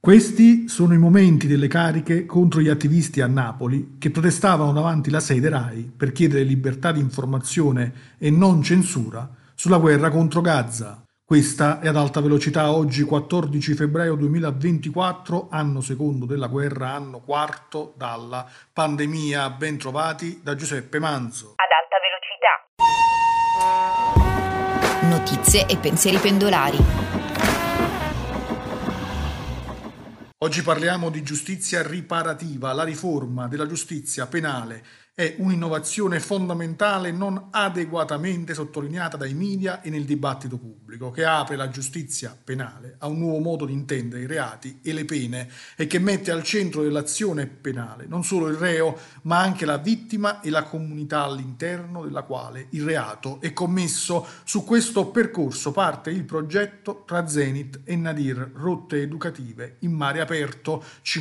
Questi sono i momenti delle cariche contro gli attivisti a Napoli che protestavano davanti la sede RAI per chiedere libertà di informazione e non censura sulla guerra contro Gaza. Questa è ad alta velocità oggi 14 febbraio 2024, anno secondo della guerra, anno quarto dalla pandemia. Ben trovati da Giuseppe Manzo. Ad alta velocità. Notizie e pensieri pendolari. Oggi parliamo di giustizia riparativa. La riforma della giustizia penale è un'innovazione fondamentale non adeguatamente sottolineata dai media e nel dibattito pubblico, che apre la giustizia penale a un nuovo modo di intendere i reati e le pene e che mette al centro dell'azione penale non solo il reo, ma anche la vittima e la comunità all'interno della quale il reato è commesso. Su questo percorso parte il progetto tra Zenit e Nadir, rotte educative in mare aperto,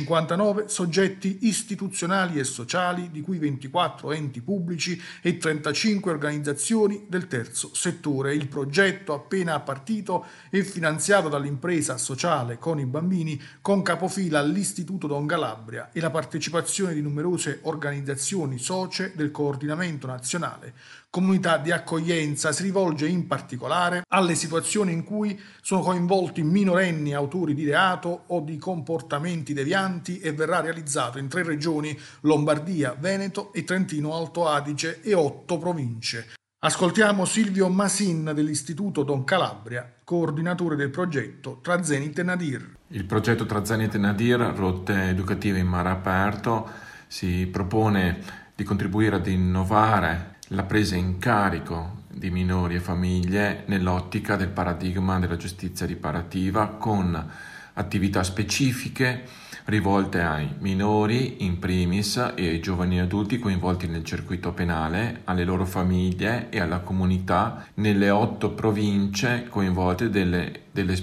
59 soggetti istituzionali e sociali, di cui 24 enti pubblici e 35 organizzazioni del terzo settore. Il progetto, appena partito e finanziato dall'impresa sociale con i bambini, con capofila l'Istituto Don Calabria e la partecipazione di numerose organizzazioni socie del coordinamento nazionale comunità di accoglienza, si rivolge in particolare alle situazioni in cui sono coinvolti minorenni autori di reato o di comportamenti devianti e verrà realizzato in 3 regioni: Lombardia, Veneto e Trentino Alto Adige, e 8 province. Ascoltiamo Silvio Masin dell'Istituto Don Calabria, coordinatore del progetto Tra Zenit e Nadir. Il progetto Tra Zenit e Nadir, rotte educative in mare aperto, si propone di contribuire ad innovare la presa in carico di minori e famiglie nell'ottica del paradigma della giustizia riparativa, con attività specifiche rivolte ai minori in primis e ai giovani adulti coinvolti nel circuito penale, alle loro famiglie e alla comunità nelle 8 province coinvolte delle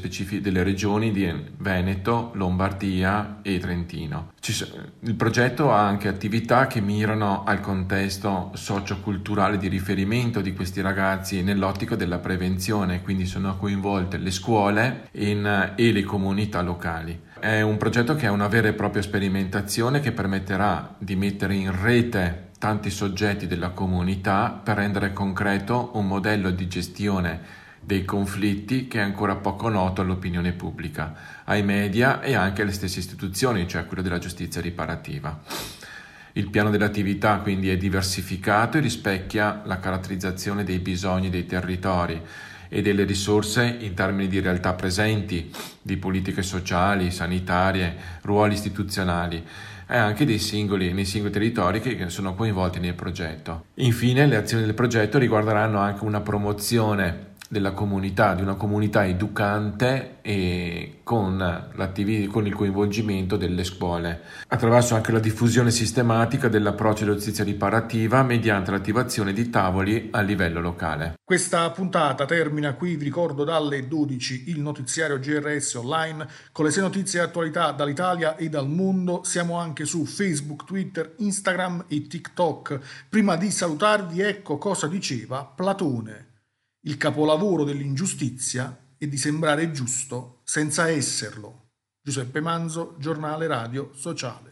regioni di Veneto, Lombardia e Trentino. Il progetto ha anche attività che mirano al contesto socioculturale di riferimento di questi ragazzi nell'ottica della prevenzione, quindi sono coinvolte le scuole e le comunità locali. È un progetto che è una vera e propria sperimentazione che permetterà di mettere in rete tanti soggetti della comunità per rendere concreto un modello di gestione dei conflitti che è ancora poco noto all'opinione pubblica, ai media e anche alle stesse istituzioni, cioè quello della giustizia riparativa. Il piano dell'attività quindi è diversificato e rispecchia la caratterizzazione dei bisogni dei territori e delle risorse in termini di realtà presenti, di politiche sociali, sanitarie, ruoli istituzionali e anche nei singoli territori che sono coinvolti nel progetto. Infine, le azioni del progetto riguarderanno anche una promozione della comunità, di una comunità educante e con il coinvolgimento delle scuole, attraverso anche la diffusione sistematica dell'approccio della giustizia riparativa mediante l'attivazione di tavoli a livello locale. Questa puntata termina qui, vi ricordo dalle 12 il notiziario GRS online con le 6 notizie e attualità dall'Italia e dal mondo. Siamo anche su Facebook, Twitter, Instagram e TikTok. Prima di salutarvi, ecco cosa diceva Platone: il capolavoro dell'ingiustizia è di sembrare giusto senza esserlo. Giuseppe Manzo, Giornale Radio Sociale.